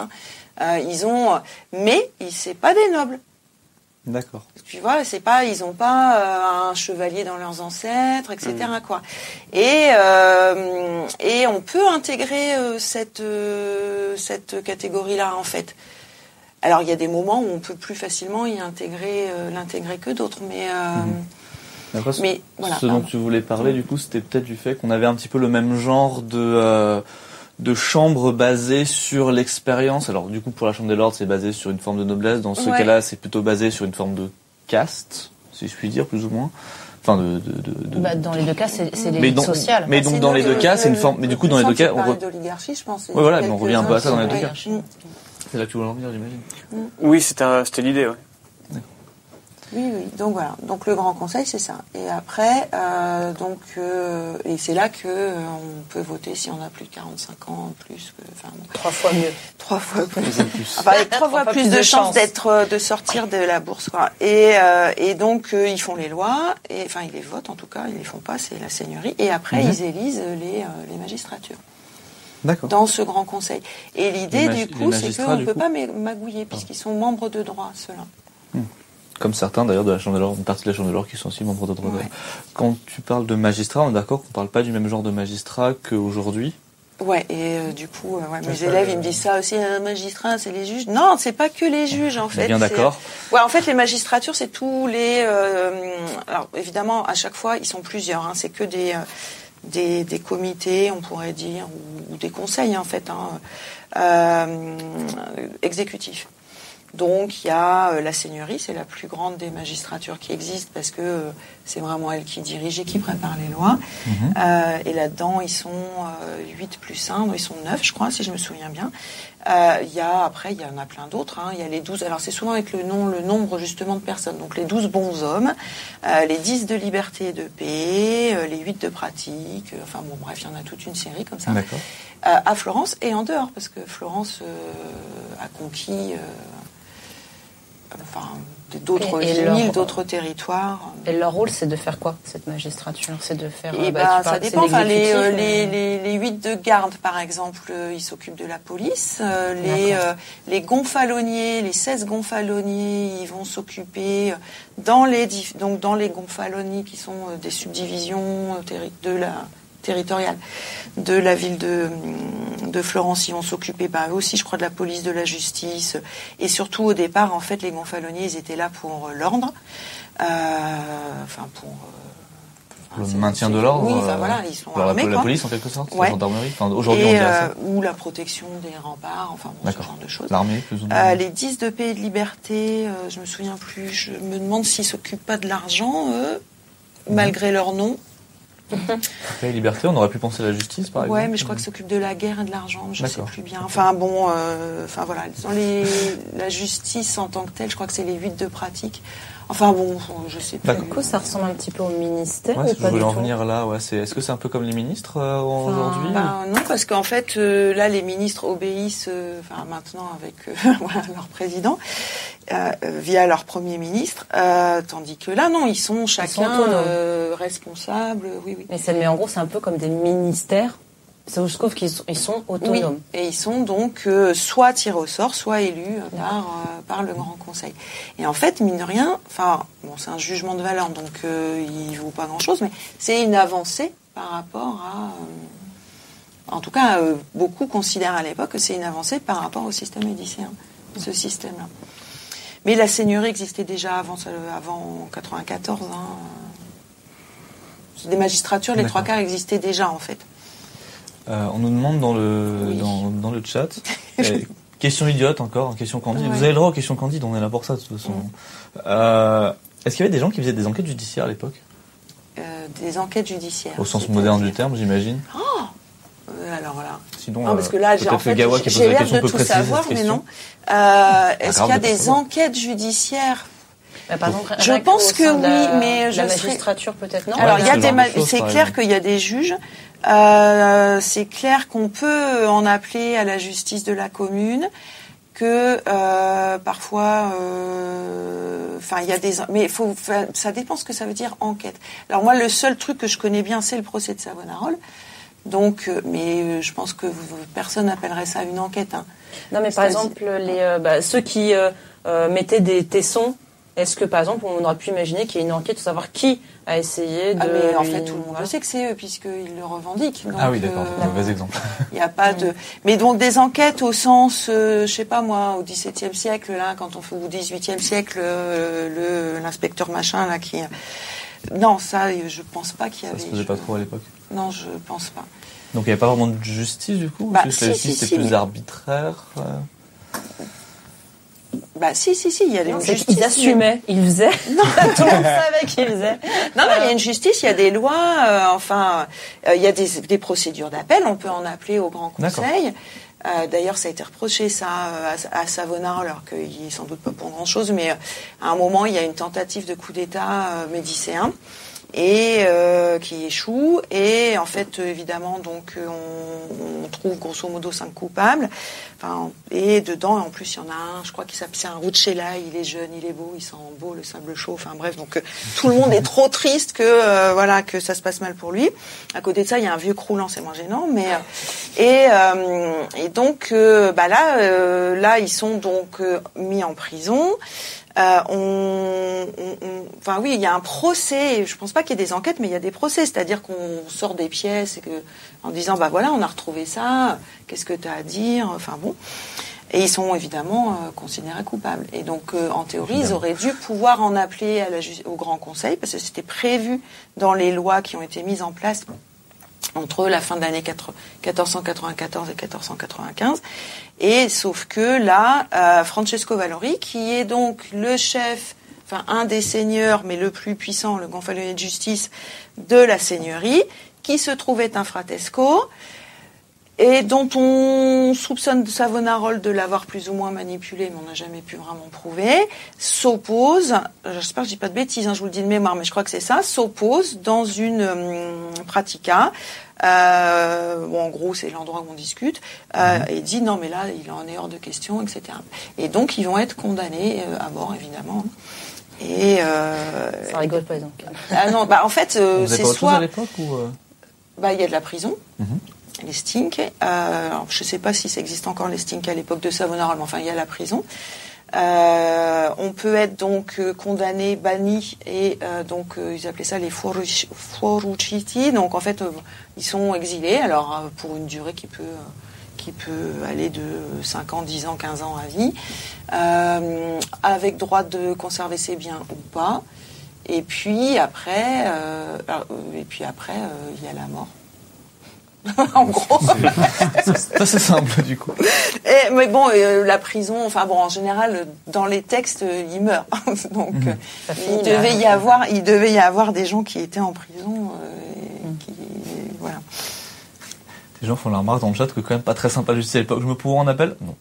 Mais c'est pas des nobles. D'accord. Tu vois, ils ont pas un chevalier dans leurs ancêtres, etc. quoi. Et on peut intégrer cette catégorie-là en fait. Alors il y a des moments où on peut plus facilement l'intégrer que d'autres, mais Après, voilà. Ce dont tu voulais parler, du coup, c'était peut-être du fait qu'on avait un petit peu le même genre de chambres basées sur l'expérience. Alors du coup pour la Chambre des Lords c'est basé sur une forme de noblesse, dans ce cas-là c'est plutôt basé sur une forme de caste, si je puis dire, plus ou moins. Enfin dans les deux cas c'est l'élite sociale. Mais donc dans les deux cas c'est une forme, mais du coup dans les deux cas on d'oligarchie, je pense. Ouais, voilà, mais on revient un peu à ça dans les deux cas. C'est là que tu voulais en venir, j'imagine. Oui, c'était l'idée, ouais. Oui. Donc voilà. Donc le Grand Conseil, c'est ça. Et après, et c'est là que on peut voter si on a plus de 45 ans, plus que, 3 fois mieux. 3 fois plus. Enfin, avec 3 fois plus de chances de sortir de la bourse, quoi. Et donc ils font les lois, enfin ils les votent en tout cas, ils les font pas, c'est la seigneurie. Et après ils élisent les magistratures. D'accord. Dans ce Grand Conseil. Et l'idée du coup, c'est qu'on ne peut pas magouiller puisqu'ils sont membres de droit, ceux-là. Comme certains d'ailleurs de la Chambre des Lords, une partie de la Chambre des Lords qui sont aussi membres de droit. Ouais. Quand tu parles de magistrats, on est d'accord qu'on ne parle pas du même genre de magistrat qu'aujourd'hui? Ouais, et du coup, mes élèves, ils me disent ça aussi, un magistrat, c'est les juges. Non, c'est pas que les juges, en fait. Bien d'accord. Ouais, en fait, les magistratures, c'est tous les... alors, évidemment, à chaque fois, ils sont plusieurs, c'est que des comités, on pourrait dire, ou des conseils, en fait, exécutifs. Donc il y a la seigneurie, c'est la plus grande des magistratures qui existent parce que c'est vraiment elle qui dirige et qui prépare les lois. Et là-dedans, ils sont 8 plus 1, ils sont 9, je crois, si je me souviens bien. Il y en a plein d'autres. Il y a les 12, alors c'est souvent avec le nombre justement de personnes. Donc les 12 bons hommes, les 10 de liberté et de paix, les 8 de pratique, enfin bon bref, il y en a toute une série comme ça. D'accord. À Florence et en dehors, parce que Florence a conquis... d'autres villes, d'autres territoires. Et leur rôle, c'est de faire quoi, cette magistrature? C'est de faire... ça dépend. Enfin, les 8 de garde, par exemple, ils s'occupent de la police. Les gonfaloniers, les 16 gonfaloniers, ils vont s'occuper dans les gonfalonies qui sont des subdivisions territoriales de la ville de Florence. Ils vont s'occuper eux aussi, je crois, de la police, de la justice. Et surtout, au départ, en fait, les gonfaloniers, ils étaient là pour l'ordre. Le maintien de l'ordre. Oui, voilà, ils sont armés, la police, en quelque sorte, ouais. La gendarmerie. Aujourd'hui, on dirait ça. Ou la protection des remparts, ce genre de choses. L'armée, plus ou moins. Les 10 de paix et de liberté, je me souviens plus. Je me demande s'ils s'occupent pas de l'argent, malgré leur nom. Paix et liberté, on aurait pu penser à la justice, par exemple. Ouais, mais je crois qu'ils s'occupent de la guerre et de l'argent, je sais plus bien. Enfin bon, voilà, la justice en tant que telle, je crois que c'est les 8 de pratique. Enfin bon, je sais plus. Du coup, ça ressemble un petit peu au ministère. Ouais, je voulais en venir là. Ouais, est-ce que c'est un peu comme les ministres aujourd'hui? Non, parce qu'en fait, là, les ministres obéissent, maintenant avec leur président, via leur premier ministre, tandis que là, non, ils sont chacun responsables. Oui. Mais en gros, c'est un peu comme des ministères. Je trouve qu'ils sont autonomes. Oui. Et ils sont donc soit tirés au sort, soit élus par le Grand Conseil. Et en fait, mine de rien, c'est un jugement de valeur, donc il vaut pas grand-chose, mais c'est une avancée par rapport à... en tout cas, beaucoup considèrent à l'époque que c'est une avancée par rapport au système médicéen, ce système-là. Mais la seigneurie existait déjà avant 94. Des magistratures, les trois quarts existaient déjà, en fait. On nous demande dans le chat, question idiote encore, question candide. Ouais. Vous avez le droit aux questions candides, on est là pour ça de toute façon. Est-ce qu'il y avait des gens qui faisaient des enquêtes judiciaires à l'époque ? Des enquêtes judiciaires. Au sens moderne du terme, j'imagine. Alors là. Sinon, parce que là, j'ai l'air de tout savoir, mais non. Est-ce qu'il y a des enquêtes judiciaires ? Par exemple, je pense que oui, mais la magistrature peut-être non. Alors c'est clair qu'il y a des juges. C'est clair qu'on peut en appeler à la justice de la commune, que parfois, il y a des, mais ça dépend ce que ça veut dire enquête. Alors moi, le seul truc que je connais bien, c'est le procès de Savonarole. Donc, mais je pense que personne n'appellerait ça une enquête. Hein. Non, mais par exemple, ceux qui mettaient des tessons. Est-ce que, par exemple, on aurait pu imaginer qu'il y ait une enquête pour savoir qui a essayé de... mais en fait, tout le monde sait que c'est eux, puisqu'ils le revendiquent. Donc, oui, d'accord, mauvais exemple. Il n'y a pas de... Mais donc, des enquêtes au sens, je sais pas moi, au XVIIe siècle, là, quand on fait au XVIIIe siècle, l'inspecteur machin, là, qui... Non, ça, je pense pas qu'il y avait... Ça se faisait pas trop à l'époque ? Non, je pense pas. Donc, il n'y avait pas vraiment de justice, du coup ? La justice était plus arbitraire si, il y a une justice. Ils assumaient, ils faisaient. Non, tout le monde savait qu'ils faisaient. Non, il y a une justice, il y a des lois, il y a des procédures d'appel, on peut en appeler au Grand Conseil. D'ailleurs, ça a été reproché, ça, à Savonarole, alors qu'il est sans doute pas pour grand-chose, mais à un moment, il y a une tentative de coup d'État médicéen. Et qui échoue, et en fait évidemment donc on trouve grosso modo 5 coupables, et dedans en plus il y en a un, je crois qu'il s'appelle un Ruccella, il est jeune, il est beau, il sent beau le sable chaud, bref, donc tout le monde est trop triste que que ça se passe mal pour lui. À côté de ça il y a un vieux croulant, c'est moins gênant, mais et donc là ils sont donc mis en prison. Oui, il y a un procès. Je pense pas qu'il y ait des enquêtes, mais il y a des procès. C'est-à-dire qu'on sort des pièces en disant, voilà, on a retrouvé ça. Qu'est-ce que tu as à dire ? Et ils sont évidemment considérés coupables. Et donc, en théorie, ils auraient dû pouvoir en appeler au Grand Conseil, parce que c'était prévu dans les lois qui ont été mises en place entre la fin de l'année 1494 et 1495. Et sauf que là, Francesco Valori, qui est donc le chef, un des seigneurs, mais le plus puissant, le gonfalonier de justice de la seigneurie, qui se trouvait un fratesco, et dont on soupçonne de Savonarole de l'avoir plus ou moins manipulé, mais on n'a jamais pu vraiment prouver, s'oppose, j'espère que je dis pas de bêtises, je vous le dis de mémoire, mais je crois que c'est ça, s'oppose dans une pratica, en gros c'est l'endroit où on discute, et dit non mais là il en est hors de question, etc. Et donc ils vont être condamnés à mort évidemment. Et ça rigole pas donc. Non, en fait c'est soit à l'époque ou il y a de la prison. Les stinks. Alors, je ne sais pas si ça existe encore les stinks à l'époque de Savonarole, mais il y a la prison. On peut être donc condamné, banni, et donc ils appelaient ça les fuorusciti. Donc en fait, ils sont exilés. Alors pour une durée qui peut aller de 5 ans, 10 ans, 15 ans à vie, avec droit de conserver ses biens ou pas. Et puis après, il y a la mort. En gros. C'est simple du coup. Mais bon, la prison, en général, dans les textes, il meurt. Donc, il devait y avoir des gens qui étaient en prison, voilà. Les gens font la remarque dans le chat que quand même pas très sympa la justice à l'époque. Je me pourrais en appel ? Non.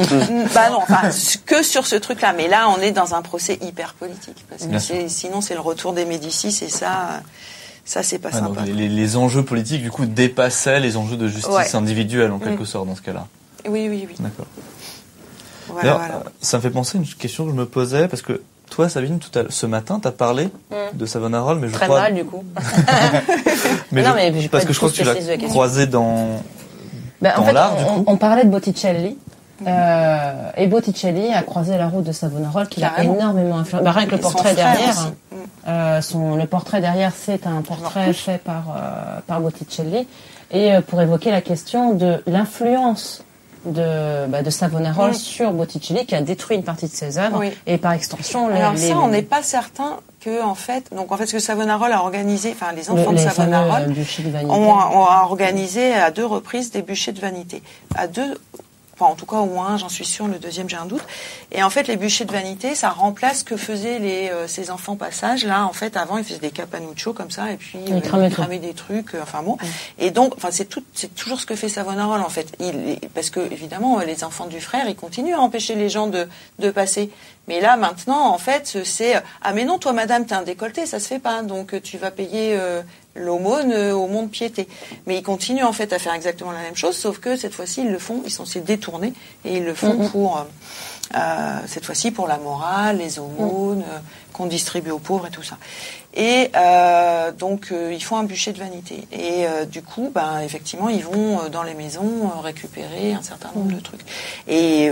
Que sur ce truc-là. Mais là, on est dans un procès hyper politique, parce que sinon, c'est le retour des Médicis, et ça, c'est pas sympa. Donc les enjeux politiques, du coup, dépassaient les enjeux de justice individuelle, en quelque sorte, dans ce cas-là. Oui. D'accord. Voilà. Ça me fait penser à une question que je me posais, parce que Toi, Sabine, ce matin, t'as parlé de Savonarole, mais je crois... Très mal, du coup. mais non, mais parce que je crois que tu l'as croisé dans l'art, du coup. On parlait de Botticelli. Et Botticelli a croisé la route de Savonarole, qui l'a énormément influencé. Rien que le portrait derrière. Le portrait derrière, c'est un portrait fait par Botticelli. Et pour évoquer la question de l'influence de Savonarole sur Botticelli, qui a détruit une partie de ses œuvres, et par extension on n'est pas certain que ce que Savonarole a organisé, les enfants de Savonarole ont organisé à 2 reprises des bûchers de vanité. En tout cas au moins, j'en suis sûre, le deuxième j'ai un doute. Et en fait, les bûchers de vanité, ça remplace ce que faisaient ces enfants passage. Là, en fait, avant, ils faisaient des capanuccios comme ça, et puis ils cramaient des trucs. Et donc, c'est toujours ce que fait Savonarole en fait. Parce que évidemment, les enfants du frère, ils continuent à empêcher les gens de passer. Mais là, maintenant, en fait, c'est mais non, toi, madame, t'as un décolleté, ça se fait pas, donc tu vas payer l'aumône au mont-de-piété. Mais ils continuent en fait à faire exactement la même chose, sauf que cette fois-ci, ils le font, ils sont détournés et ils le font pour cette fois-ci pour la morale, les aumônes qu'on distribue aux pauvres et tout ça. Et donc ils font un bûcher de vanité. Et du coup, effectivement, ils vont dans les maisons récupérer un certain nombre de trucs. Et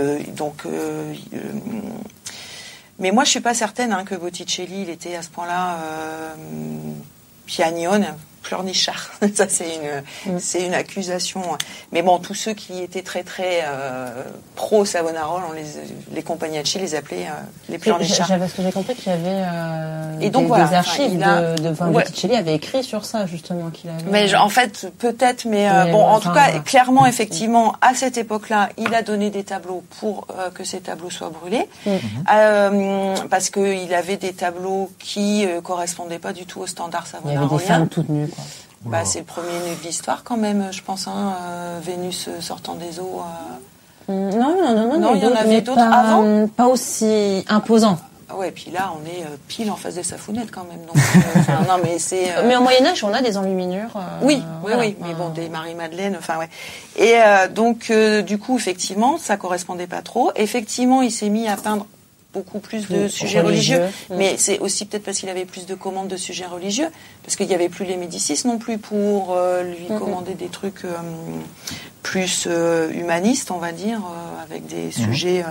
mais moi, je suis pas certaine que Botticelli, il était à ce point-là piagnone, pleurnichard. Ça, c'est une accusation. Mais bon, tous ceux qui étaient très très pro Savonarole, les Compagnacci les appelaient les pleurnichards. Parce que j'ai compris qu'il y avait des archives Botticelli avait écrit sur ça justement qu'il avait. Mais en fait, peut-être, mais en tout cas, clairement, effectivement, à cette époque-là, il a donné des tableaux pour que ces tableaux soient brûlés, parce que il avait des tableaux qui correspondaient pas du tout au standard savonarolien. Il y avait des femmes toutes nues, quoi. C'est le premier nu de l'histoire quand même, je pense, Vénus sortant des eaux. Non, il y en avait d'autres avant. Pas aussi imposant. Ouais, puis là, on est pile en face des Safounettes quand même. Donc, mais au Moyen-Âge, on a des enluminures. Oui, mais bon, des Marie-Madeleine, Et donc, du coup, effectivement, ça correspondait pas trop. Effectivement, il s'est mis à peindre beaucoup plus de sujets religieux, mais c'est aussi peut-être parce qu'il avait plus de commandes de sujets religieux, parce qu'il n'y avait plus les Médicis non plus pour lui commander des trucs plus humanistes, on va dire, avec des sujets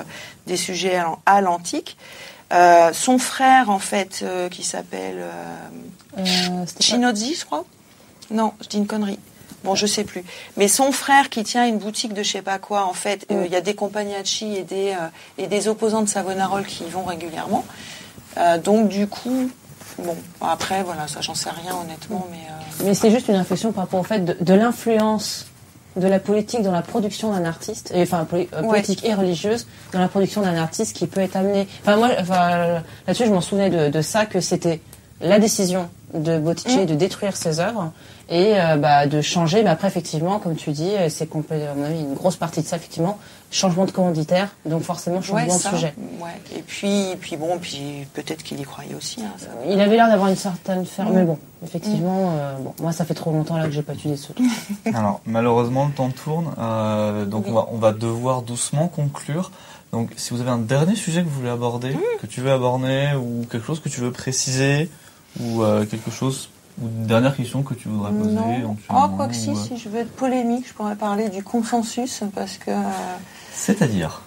à l'antique. Son frère, en fait, qui s'appelle Chinozzi, je crois. Non, je dis une connerie. Bon, je sais plus. Mais son frère qui tient une boutique de je sais pas quoi, en fait, il y a des Compagnacci et des opposants de Savonarole qui y vont régulièrement. Donc du coup, après voilà, ça j'en sais rien honnêtement, mais c'est juste une réflexion par rapport au fait de l'influence de la politique dans la production d'un artiste, politique et religieuse dans la production d'un artiste qui peut être amené. Là-dessus, je m'en souvenais de ça, que c'était la décision de Botticelli de détruire ses œuvres et de changer. Mais après, effectivement, comme tu dis, c'est à mon avis une grosse partie de ça, effectivement, changement de commanditaire, donc forcément changement de sujet. Ouais. Et puis peut-être qu'il y croyait aussi. Ça. Il avait l'air d'avoir une certaine ferme, mais bon, effectivement, moi ça fait trop longtemps là que j'ai pas étudié ce truc. Alors malheureusement le temps tourne, donc on va devoir doucement conclure. Donc si vous avez un dernier sujet que vous voulez aborder, que tu veux aborder, ou quelque chose que tu veux préciser, ou quelque chose, ou une dernière question que tu voudrais poser. Quoi que si je veux être polémique, je pourrais parler du consensus, parce que... C'est-à-dire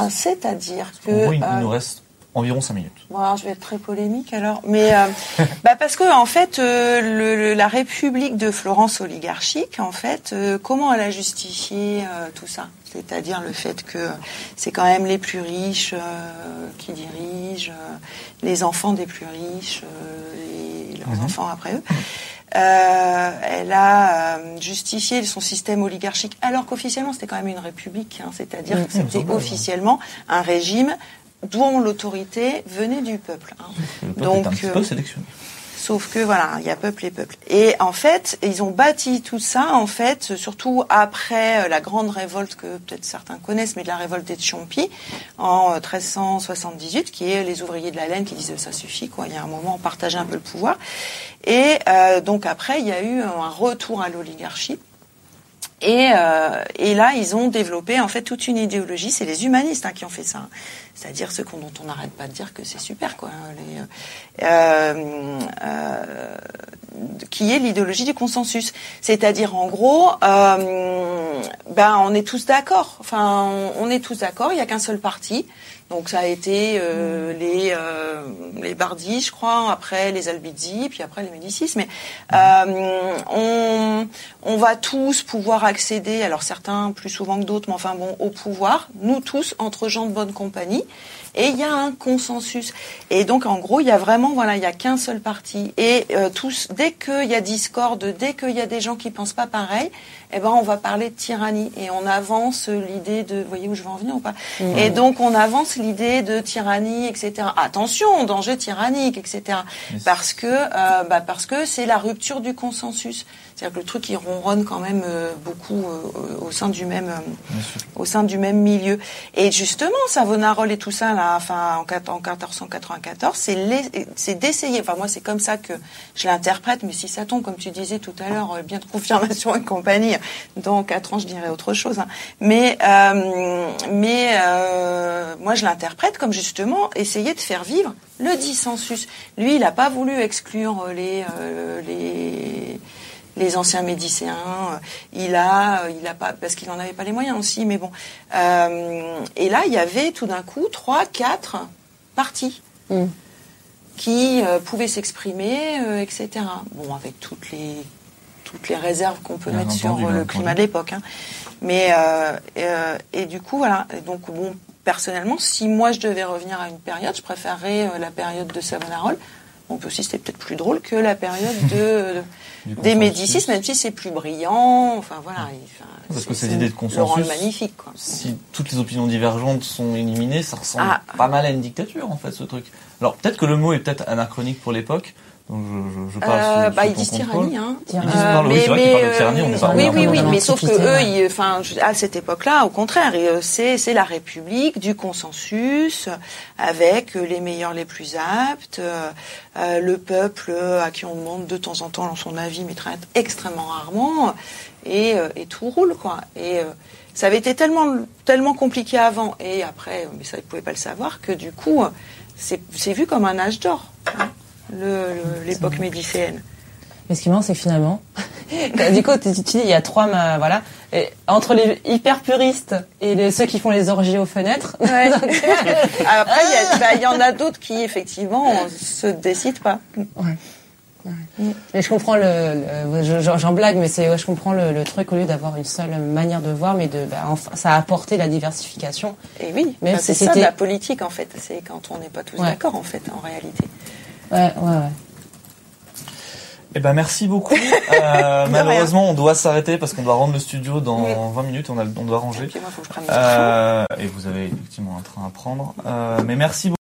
que... il nous reste environ 5 minutes. Bon, alors je vais être très polémique alors, mais parce que en fait la République de Florence oligarchique, en fait, comment elle a justifié tout ça? C'est-à-dire le fait que c'est quand même les plus riches qui dirigent, les enfants des plus riches et leurs enfants après eux. Elle a justifié son système oligarchique, alors qu'officiellement c'était quand même une république, c'est-à-dire que c'était officiellement un régime dont l'autorité venait du peuple. Donc, un petit peu sélectionné. Sauf que voilà, il y a peuple et peuple. Et en fait, ils ont bâti tout ça, en fait, surtout après la grande révolte que peut-être certains connaissent, mais de la révolte des Ciompi en 1378, qui est les ouvriers de la laine qui disaient ça suffit, quoi. Il y a un moment, on partageait un peu le pouvoir. Et donc après, il y a eu un retour à l'oligarchie. Et là, ils ont développé en fait toute une idéologie. C'est les humanistes qui ont fait ça. C'est-à-dire ceux dont on n'arrête pas de dire que c'est super, quoi. Qui est l'idéologie du consensus. C'est-à-dire, en gros, on est tous d'accord. Enfin, on est tous d'accord. Il n'y a qu'un seul parti. Donc ça a été les Bardis, je crois, après les Albizzi, puis après les Médicis. Mais on va tous pouvoir accéder, alors certains plus souvent que d'autres, mais enfin bon, au pouvoir, nous tous, entre gens de bonne compagnie. Et il y a un consensus. Et donc, en gros, il y a vraiment, il y a qu'un seul parti. Et tous, dès qu'il y a discorde, dès qu'il y a des gens qui pensent pas pareil, on va parler de tyrannie. Et on avance l'idée de, vous voyez où je veux en venir ou pas? Et donc, on avance l'idée de tyrannie, etc. Attention, danger tyrannique, etc. Parce que c'est la rupture du consensus. C'est-à-dire que le truc, il ronronne quand même beaucoup au sein du même milieu. Et justement, Savonarole et tout ça, là, enfin, en 1494, c'est d'essayer. Enfin, moi, c'est comme ça que je l'interprète. Mais si ça tombe, comme tu disais tout à l'heure, bien de confirmation et compagnie, dans 4 ans, je dirais autre chose. Hein. Mais moi, je l'interprète comme justement essayer de faire vivre le dissensus. Lui, il n'a pas voulu exclure les anciens médicéens, il a pas, parce qu'il n'en avait pas les moyens aussi, mais bon. Et là, il y avait tout d'un coup 3, 4 partis qui pouvaient s'exprimer, etc. Bon, avec toutes les réserves qu'on peut mettre sur le climat de l'époque. Hein. Mais et du coup, voilà. Et donc, bon, personnellement, si moi je devais revenir à une période, je préférerais la période de Savonarole. On peut aussi, c'était peut-être plus drôle que la période des Médicis, même si c'est plus brillant. Enfin voilà. Parce que ces idées de consensus, magnifique, quoi. Si toutes les opinions divergentes sont éliminées, ça ressemble pas mal à une dictature en fait, ce truc. Alors peut-être que le mot est peut-être anachronique pour l'époque. Donc je parle ils disent tyrannie, hein. C'est vrai qu'ils parlent de tyrannie, on parle oui, mais sauf que eux, à cette époque-là, au contraire, c'est la République du consensus, avec les meilleurs, les plus aptes, le peuple à qui on demande de temps en temps son avis, mais traite extrêmement rarement, et tout roule, quoi. Et ça avait été tellement compliqué avant, et après, mais ça, ils pouvaient pas le savoir, que du coup, c'est vu comme un âge d'or. Hein. L'époque médicéenne. Mais ce qui est marrant, c'est que finalement, du coup, tu dis, il y a 3, voilà, et entre les hyper puristes et ceux qui font les orgies aux fenêtres. Ouais. Après, il y en a d'autres qui, effectivement, se décident pas. Ouais. Mais je comprends j'en blague, mais je comprends le truc, au lieu d'avoir une seule manière de voir, mais enfin, ça a apporté la diversification. Et oui, c'est ça de la politique, en fait. C'est quand on n'est pas tous d'accord, en fait, en réalité. Ouais. Eh ben merci beaucoup. Malheureusement, on doit s'arrêter parce qu'on doit rendre le studio dans 20 minutes. On doit ranger. Et puis moi, faut que je prenne le train. Et vous avez effectivement un train à prendre. Mais merci beaucoup.